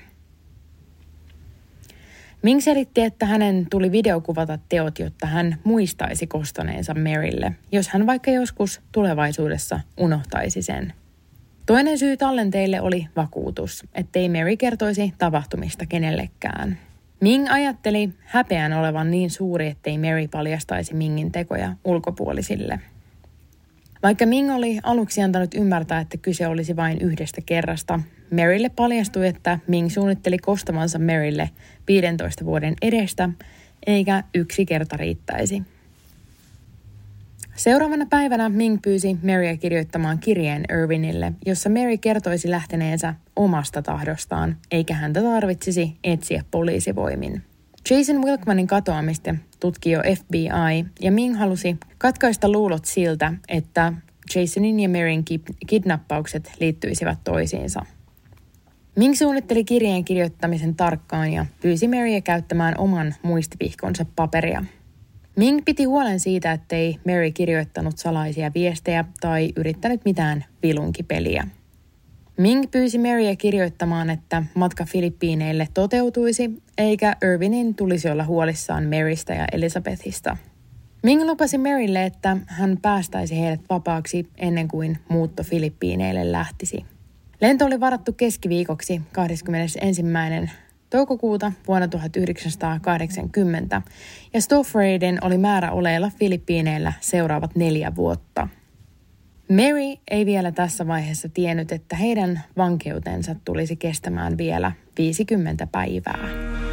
Ming selitti, että hänen tuli videokuvata teot, jotta hän muistaisi kostaneensa Marylle, jos hän vaikka joskus tulevaisuudessa unohtaisi sen. Toinen syy tallenteille oli vakuutus, ettei Mary kertoisi tapahtumista kenellekään. Ming ajatteli häpeän olevan niin suuri, ettei Mary paljastaisi Mingin tekoja ulkopuolisille. Vaikka Ming oli aluksi antanut ymmärtää, että kyse olisi vain yhdestä kerrasta, Marylle paljastui, että Ming suunnitteli kostamansa Marylle viidentoista vuoden edestä, eikä yksi kerta riittäisi. Seuraavana päivänä Ming pyysi Maryä kirjoittamaan kirjeen Irvinille, jossa Mary kertoisi lähteneensä omasta tahdostaan, eikä häntä tarvitsisi etsiä poliisivoimin. Jason Wilkmanin katoamista tutki jo F B I, ja Ming halusi katkaista luulot siltä, että Jasonin ja Maryn kidnappaukset liittyisivät toisiinsa. Ming suunnitteli kirjeen kirjoittamisen tarkkaan ja pyysi Maryä käyttämään oman muistivihkonsa paperia. Ming piti huolen siitä, ettei Mary kirjoittanut salaisia viestejä tai yrittänyt mitään vilunkipeliä. Ming pyysi Maryä kirjoittamaan, että matka Filippiineille toteutuisi, eikä Irvinin tulisi olla huolissaan Marystä ja Elizabethista. Ming lupasi Marylle, että hän päästäisi heidät vapaaksi ennen kuin muutto Filippiineille lähtisi. Lento oli varattu keskiviikoksi kahdeskymmenesensimmäinen toukokuuta vuonna tuhatyhdeksänsataakahdeksankymmentä ja Stoffreiden oli määrä oleilla Filippiineillä seuraavat neljä vuotta. Mary ei vielä tässä vaiheessa tiennyt, että heidän vankeutensa tulisi kestämään vielä viisikymmentä päivää.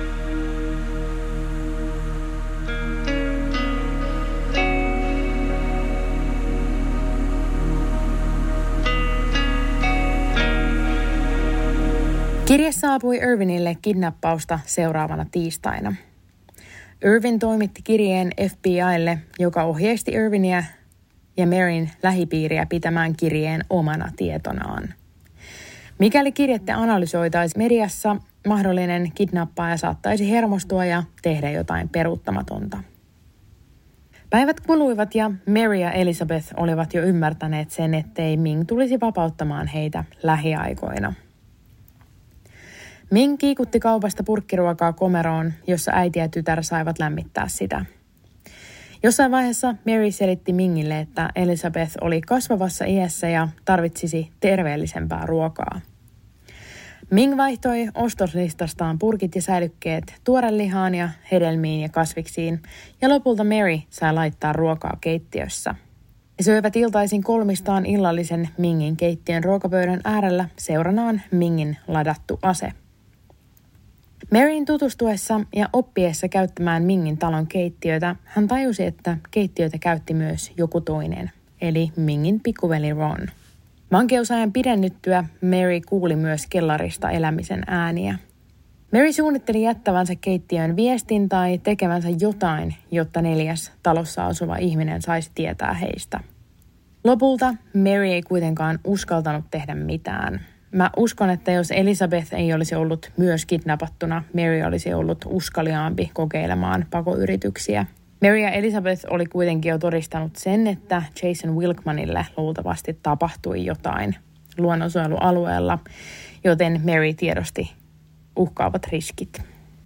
Kirje saapui Irvinille kidnappausta seuraavana tiistaina. Irvin toimitti kirjeen F B I:lle, joka ohjeisti Irvinia ja Maryn lähipiiriä pitämään kirjeen omana tietonaan. Mikäli kirjettä analysoitaisiin mediassa, mahdollinen kidnappaaja saattaisi hermostua ja tehdä jotain peruuttamatonta. Päivät kuluivat ja Mary ja Elizabeth olivat jo ymmärtäneet sen, ettei Ming tulisi vapauttamaan heitä lähiaikoina. Ming kiikutti kaupasta purkkiruokaa komeroon, jossa äiti ja tytär saivat lämmittää sitä. Jossain vaiheessa Mary selitti Mingille, että Elizabeth oli kasvavassa iässä ja tarvitsisi terveellisempää ruokaa. Ming vaihtoi ostoslistastaan purkit ja säilykkeet tuorelihaan ja hedelmiin ja kasviksiin, ja lopulta Mary sai laittaa ruokaa keittiössä. He söivät iltaisin kolmistaan illallisen Mingin keittiön ruokapöydän äärellä seuranaan Mingin ladattu ase. Maryn tutustuessa ja oppiessa käyttämään Mingin talon keittiötä, hän tajusi, että keittiötä käytti myös joku toinen, eli Mingin pikkuveli Ron. Vankeusajan pidennyttyä Mary kuuli myös kellarista elämisen ääniä. Mary suunnitteli jättävänsä keittiön viestin tai tekevänsä jotain, jotta neljäs talossa asuva ihminen saisi tietää heistä. Lopulta Mary ei kuitenkaan uskaltanut tehdä mitään. Mä uskon, että jos Elizabeth ei olisi ollut myös kidnapattuna, Mary olisi ollut uskaliaampi kokeilemaan pakoyrityksiä. Mary ja Elizabeth oli kuitenkin jo todistanut sen, että Jason Wilkmanille luultavasti tapahtui jotain luonnonsuojelualueella, joten Mary tiedosti uhkaavat riskit.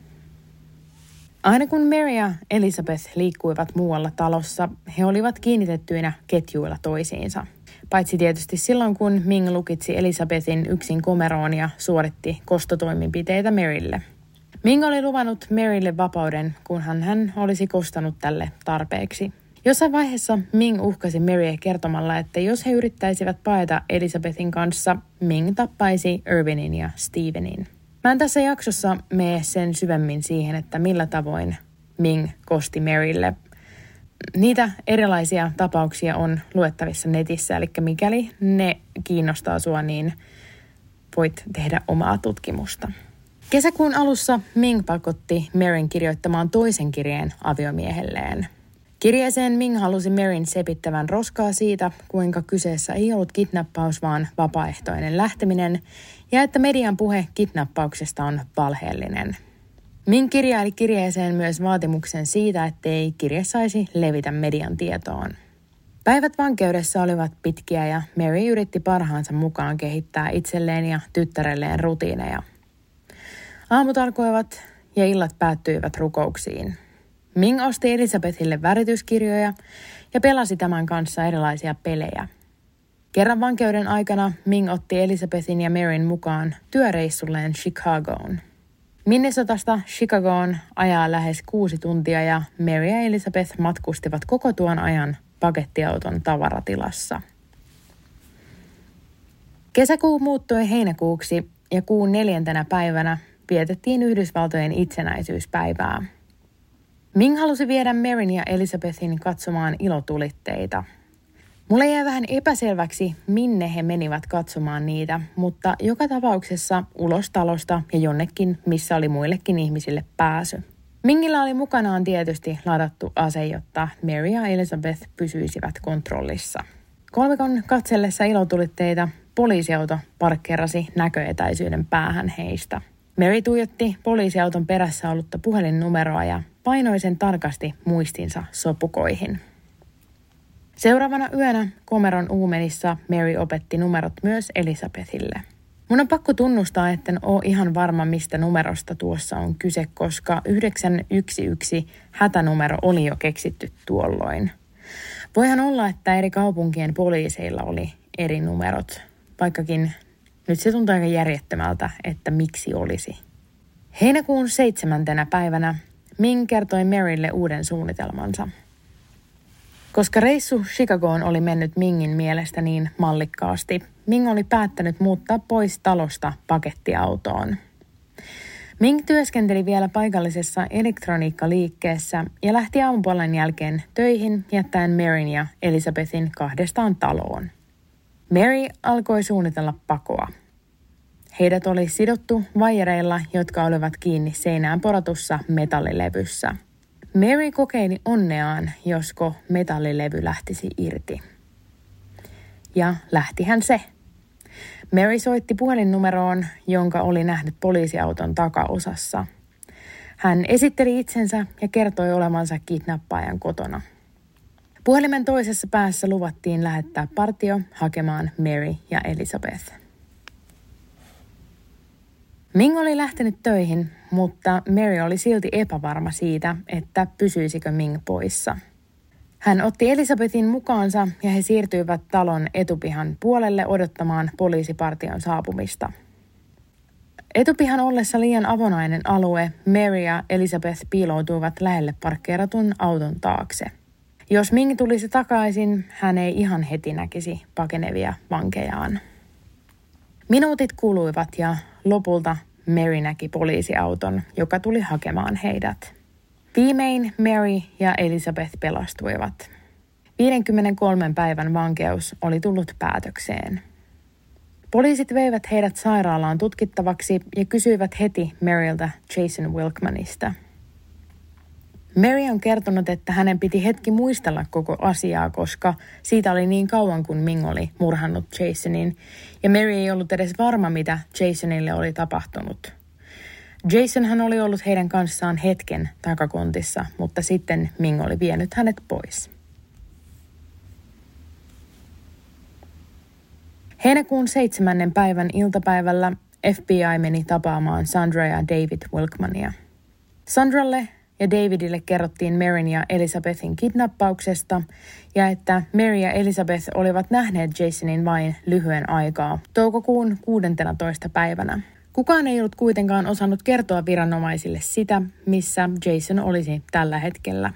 Aina kun Mary ja Elizabeth liikkuivat muualla talossa, he olivat kiinnitettyinä ketjuilla toisiinsa. Paitsi tietysti silloin, kun Ming lukitsi Elizabethin yksin komeroon ja suoritti kostotoimenpiteitä Marylle. Ming oli luvannut Marylle vapauden, kunhan hän olisi kostanut tälle tarpeeksi. Jossain vaiheessa Ming uhkasi Maryä kertomalla, että jos he yrittäisivät paeta Elizabethin kanssa, Ming tappaisi Irvinin ja Stevenin. Mä en tässä jaksossa mene sen syvemmin siihen, että millä tavoin Ming kosti Marylle. Niitä erilaisia tapauksia on luettavissa netissä, eli mikäli ne kiinnostaa sua, niin voit tehdä omaa tutkimusta. Kesäkuun alussa Ming pakotti Maryn kirjoittamaan toisen kirjeen aviomiehelleen. Kirjeeseen Ming halusi Maryn sepittävän roskaa siitä, kuinka kyseessä ei ollut kidnappaus, vaan vapaaehtoinen lähteminen, ja että median puhe kidnappauksesta on valheellinen. Ming kirjaili kirjeeseen myös vaatimuksen siitä, ettei kirje saisi levitä median tietoon. Päivät vankeudessa olivat pitkiä ja Mary yritti parhaansa mukaan kehittää itselleen ja tyttärelleen rutiineja. Aamut alkoivat ja illat päättyivät rukouksiin. Ming osti Elizabethille värityskirjoja ja pelasi tämän kanssa erilaisia pelejä. Kerran vankeuden aikana Ming otti Elizabethin ja Maryn mukaan työreissulleen Chicagoon. Minnesotasta Chicagoon ajaa lähes kuusi tuntia ja Mary ja Elizabeth matkustivat koko tuon ajan pakettiauton tavaratilassa. Kesäkuu muuttui heinäkuuksi ja kuun neljäntenä päivänä vietettiin Yhdysvaltojen itsenäisyyspäivää. Ming halusi viedä Maryn ja Elizabethin katsomaan ilotulitteita. Mulle jäi vähän epäselväksi, minne he menivät katsomaan niitä, mutta joka tapauksessa ulos talosta ja jonnekin, missä oli muillekin ihmisille pääsy. Mingillä oli mukanaan tietysti ladattu ase, jotta Mary ja Elizabeth pysyisivät kontrollissa. Kolmikon katsellessa ilotulitteita poliisiauto parkkeerasi näköetäisyyden päähän heistä. Mary tuijotti poliisiauton perässä ollutta puhelinnumeroa ja painoi sen tarkasti muistinsa sopukoihin. Seuraavana yönä komeron uumenissa Mary opetti numerot myös Elizabethille. Mun on pakko tunnustaa, etten ole ihan varma, mistä numerosta tuossa on kyse, koska yhdeksän yksi yksi hätänumero oli jo keksitty tuolloin. Voihan olla, että eri kaupunkien poliiseilla oli eri numerot, vaikkakin nyt se tuntuu aika järjettömältä, että miksi olisi. Heinäkuun seitsemäntenä päivänä Ming kertoi Marylle uuden suunnitelmansa. Koska reissu Chicagoon oli mennyt Mingin mielestä niin mallikkaasti, Ming oli päättänyt muuttaa pois talosta pakettiautoon. Ming työskenteli vielä paikallisessa elektroniikkaliikkeessä ja lähti aamupuolen jälkeen töihin jättäen Maryn ja Elizabethin kahdestaan taloon. Mary alkoi suunnitella pakoa. Heidät oli sidottu vaijereilla, jotka olivat kiinni seinään poratussa metallilevyssä. Mary kokeili onneaan, josko metallilevy lähtisi irti. Ja lähtihän se. Mary soitti puhelinnumeroon, jonka oli nähnyt poliisiauton takaosassa. Hän esitteli itsensä ja kertoi olevansa kidnappaajan kotona. Puhelimen toisessa päässä luvattiin lähettää partio hakemaan Mary ja Elizabeth. Ming oli lähtenyt töihin, mutta Mary oli silti epävarma siitä, että pysyisikö Ming poissa. Hän otti Elizabethin mukaansa ja he siirtyivät talon etupihan puolelle odottamaan poliisipartion saapumista. Etupihan ollessa liian avonainen alue, Mary ja Elizabeth piiloutuivat lähelle parkkeeratun auton taakse. Jos Ming tulisi takaisin, hän ei ihan heti näkisi pakenevia vankejaan. Minuutit kuluivat ja lopulta Mary näki poliisiauton, joka tuli hakemaan heidät. Viimein Mary ja Elizabeth pelastuivat. viidenkymmenenkolmen päivän vankeus oli tullut päätökseen. Poliisit veivät heidät sairaalaan tutkittavaksi ja kysyivät heti Maryltä Jason Wilkmanista. Mary on kertonut, että hänen piti hetki muistella koko asiaa, koska siitä oli niin kauan, kun Ming oli murhannut Jasonin, ja Mary ei ollut edes varma, mitä Jasonille oli tapahtunut. Jasonhan oli ollut heidän kanssaan hetken takakontissa, mutta sitten Ming oli vienyt hänet pois. Heinäkuun seitsemännen päivän iltapäivällä F B I meni tapaamaan Sandra ja David Wilkmania. Sandralle ja Davidille kerrottiin Maryn ja Elizabethin kidnappauksesta ja että Mary ja Elizabeth olivat nähneet Jasonin vain lyhyen aikaa, toukokuun kuudentenatoista päivänä. Kukaan ei ollut kuitenkaan osannut kertoa viranomaisille sitä, missä Jason olisi tällä hetkellä.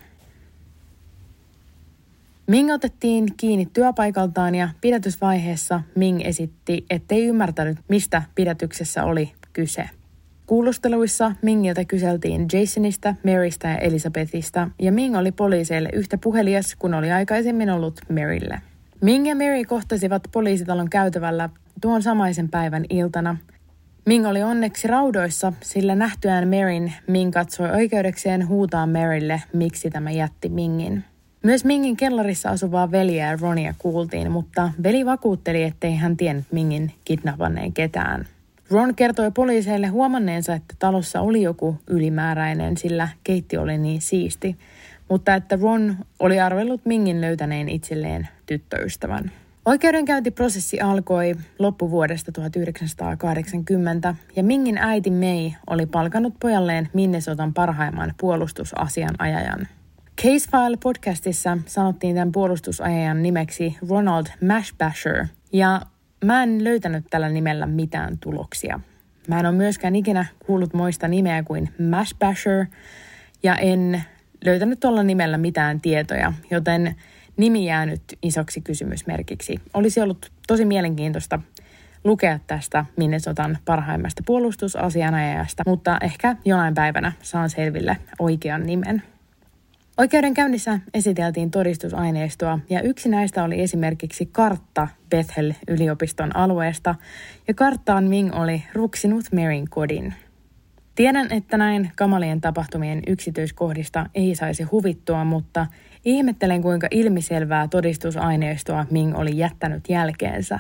Ming otettiin kiinni työpaikaltaan ja pidätysvaiheessa Ming esitti, ettei ymmärtänyt, mistä pidätyksessä oli kyse. Kuulusteluissa Mingiltä kyseltiin Jasonista, Marystä ja Elizabethista, ja Ming oli poliiseille yhtä puhelias kuin oli aikaisemmin ollut Marylle. Ming ja Mary kohtasivat poliisitalon käytävällä tuon samaisen päivän iltana. Ming oli onneksi raudoissa, sillä nähtyään Maryn Ming katsoi oikeudekseen huutaa Marylle, miksi tämä jätti Mingin. Myös Mingin kellarissa asuvaa veliä Ronia kuultiin, mutta veli vakuutteli, ettei hän tiennyt Mingin kidnappanneen ketään. Ron kertoi poliiseille huomanneensa, että talossa oli joku ylimääräinen, sillä keittiö oli niin siisti, mutta että Ron oli arvellut Mingin löytäneen itselleen tyttöystävän. Oikeudenkäyntiprosessi alkoi loppuvuodesta tuhatyhdeksänsataakahdeksankymmentä ja Mingin äiti May oli palkannut pojalleen Minnesotan parhaimman puolustusasianajajan. Case File-podcastissa sanottiin tämän puolustusajajan nimeksi Ronald Mashbasher, ja mä en löytänyt tällä nimellä mitään tuloksia. Mä en ole myöskään ikinä kuullut moista nimeä kuin Mashbasher, ja en löytänyt tuolla nimellä mitään tietoja, joten nimi jää nyt isoksi kysymysmerkiksi. Olisi ollut tosi mielenkiintoista lukea tästä Minnesotan parhaimmasta puolustusasianajajasta, mutta ehkä jonain päivänä saan selville oikean nimen. Oikeudenkäynnissä esiteltiin todistusaineistoa ja yksi näistä oli esimerkiksi kartta Bethel-yliopiston alueesta ja karttaan Ming oli ruksinut Maryn kodin. Tiedän, että näin kamalien tapahtumien yksityiskohdista ei saisi huvittua, mutta ihmettelen kuinka ilmiselvää todistusaineistoa Ming oli jättänyt jälkeensä.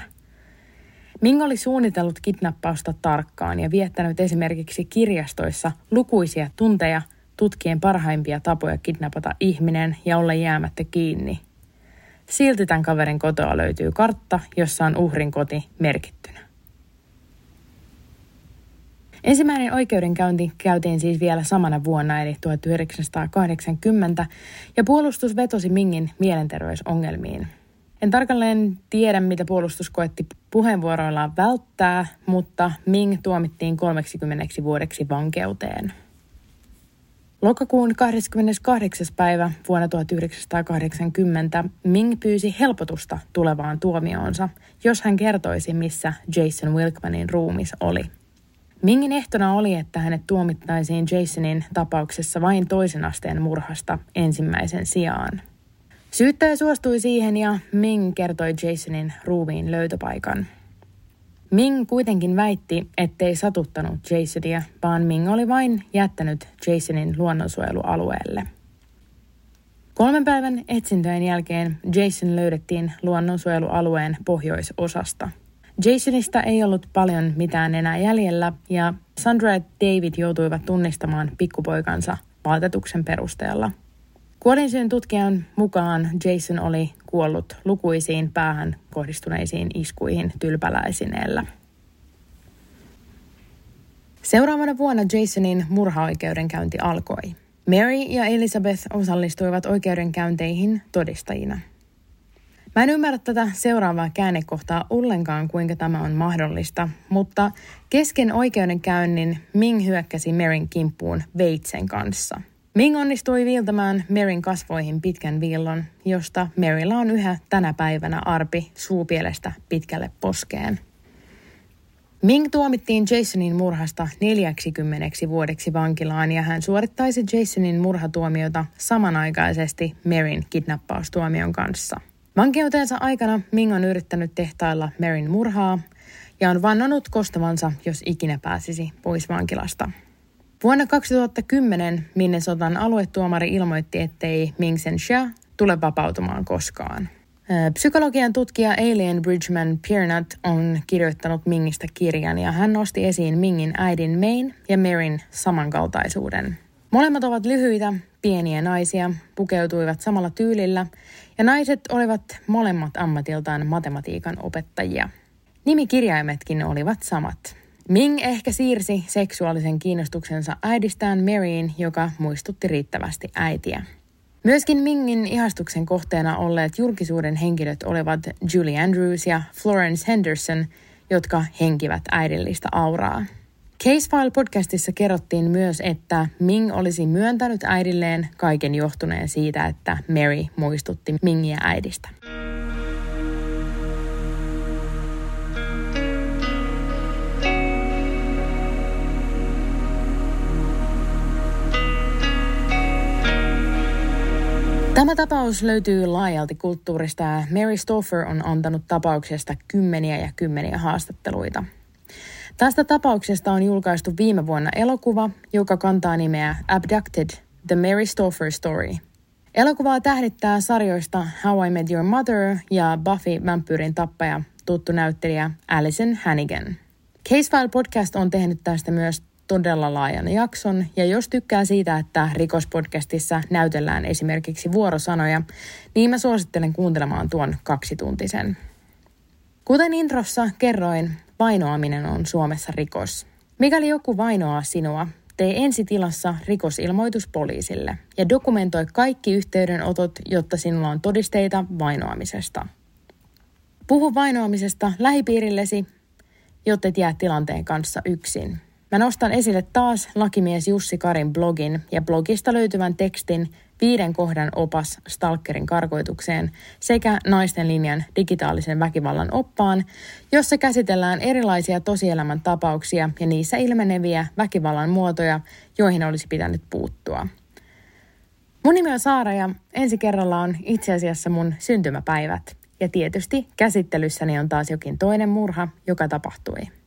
Ming oli suunnitellut kidnappausta tarkkaan ja viettänyt esimerkiksi kirjastoissa lukuisia tunteja tutkien parhaimpia tapoja kidnapata ihminen ja olla jäämättä kiinni. Silti tämän kaverin kotoa löytyy kartta, jossa on uhrin koti merkittynä. Ensimmäinen oikeudenkäynti käytiin siis vielä samana vuonna eli tuhatyhdeksänsataakahdeksankymmentä ja puolustus vetosi Mingin mielenterveysongelmiin. En tarkalleen tiedä, mitä puolustus koetti puheenvuoroillaan välttää, mutta Ming tuomittiin kolmeksikymmeneksi vuodeksi vankeuteen. Lokakuun kahdeskymmeneskahdeksas päivä vuonna tuhatyhdeksänsataakahdeksankymmentä Ming pyysi helpotusta tulevaan tuomioonsa, jos hän kertoisi, missä Jason Wilkmanin ruumis oli. Mingin ehtona oli, että hänet tuomittaisiin Jasonin tapauksessa vain toisen asteen murhasta ensimmäisen sijaan. Syyttäjä suostui siihen ja Ming kertoi Jasonin ruumiin löytöpaikan. Ming kuitenkin väitti, ettei satuttanut Jasonia, vaan Ming oli vain jättänyt Jasonin luonnonsuojelualueelle. Kolmen päivän etsintöjen jälkeen Jason löydettiin luonnonsuojelualueen pohjoisosasta. Jasonista ei ollut paljon mitään enää jäljellä ja Sandra ja David joutuivat tunnistamaan pikkupoikansa vaatetuksen perusteella. Kuolinsyyn tutkijan mukaan Jason oli kuollut lukuisiin päähän kohdistuneisiin iskuihin tylpäläisineellä. Seuraavana vuonna Jasonin murhaoikeudenkäynti alkoi. Mary ja Elizabeth osallistuivat oikeudenkäynteihin todistajina. Mä en ymmärrä tätä seuraavaa käännekohtaa ollenkaan, kuinka tämä on mahdollista, mutta kesken oikeudenkäynnin Ming hyökkäsi Maryn kimppuun veitsen kanssa. Ming onnistui viiltämään Maryn kasvoihin pitkän viillon, josta Marylla on yhä tänä päivänä arpi suupielestä pitkälle poskeen. Ming tuomittiin Jasonin murhasta neljäksikymmeneksi vuodeksi vankilaan ja hän suorittaisi Jasonin murhatuomiota samanaikaisesti Maryn kidnappaustuomion kanssa. Vankeutensa aikana Ming on yrittänyt tehtailla Maryn murhaa ja on vannonut kostavansa, jos ikinä pääsisi pois vankilasta. Vuonna kaksituhattakymmenen Minnesotan aluetuomari ilmoitti, ettei Ming Hsieh tule vapautumaan koskaan. Psykologian tutkija Alien Bridgman Piernat on kirjoittanut Mingistä kirjan ja hän nosti esiin Mingin äidin Mayn ja Maryn samankaltaisuuden. Molemmat ovat lyhyitä, pieniä naisia, pukeutuivat samalla tyylillä ja naiset olivat molemmat ammatiltaan matematiikan opettajia. Nimikirjaimetkin olivat samat. Ming ehkä siirsi seksuaalisen kiinnostuksensa äidistään Maryin, joka muistutti riittävästi äitiä. Myöskin Mingin ihastuksen kohteena olleet julkisuuden henkilöt olivat Julie Andrews ja Florence Henderson, jotka henkivät äidillistä auraa. Case File-podcastissa kerrottiin myös, että Ming olisi myöntänyt äidilleen kaiken johtuneen siitä, että Mary muistutti Mingiä äidistä. Tämä tapaus löytyy laajalti kulttuurista ja Mary Stauffer on antanut tapauksesta kymmeniä ja kymmeniä haastatteluita. Tästä tapauksesta on julkaistu viime vuonna elokuva, joka kantaa nimeä Abducted, The Mary Stauffer Story. Elokuvaa tähdittää sarjoista How I Met Your Mother ja Buffy vampyyrin tappaja tuttu näyttelijä Alyson Hannigan. Case File Podcast on tehnyt tästä myös todella laajan jakson, ja jos tykkää siitä, että rikospodcastissa näytellään esimerkiksi vuorosanoja, niin mä suosittelen kuuntelemaan tuon kaksituntisen. Kuten introssa kerroin, vainoaminen on Suomessa rikos. Mikäli joku vainoaa sinua, tee ensitilassa rikosilmoitus poliisille ja dokumentoi kaikki yhteydenotot, jotta sinulla on todisteita vainoamisesta. Puhu vainoamisesta lähipiirillesi, jotta et jää tilanteen kanssa yksin. Mä nostan esille taas lakimies Jussi Karin blogin ja blogista löytyvän tekstin viiden kohdan opas stalkerin karkoitukseen sekä Naisten linjan digitaalisen väkivallan oppaan, jossa käsitellään erilaisia tosielämän tapauksia ja niissä ilmeneviä väkivallan muotoja, joihin olisi pitänyt puuttua. Mun nimi on Saara ja ensi kerralla on itse asiassa mun syntymäpäivät. Ja tietysti käsittelyssäni on taas jokin toinen murha, joka tapahtui.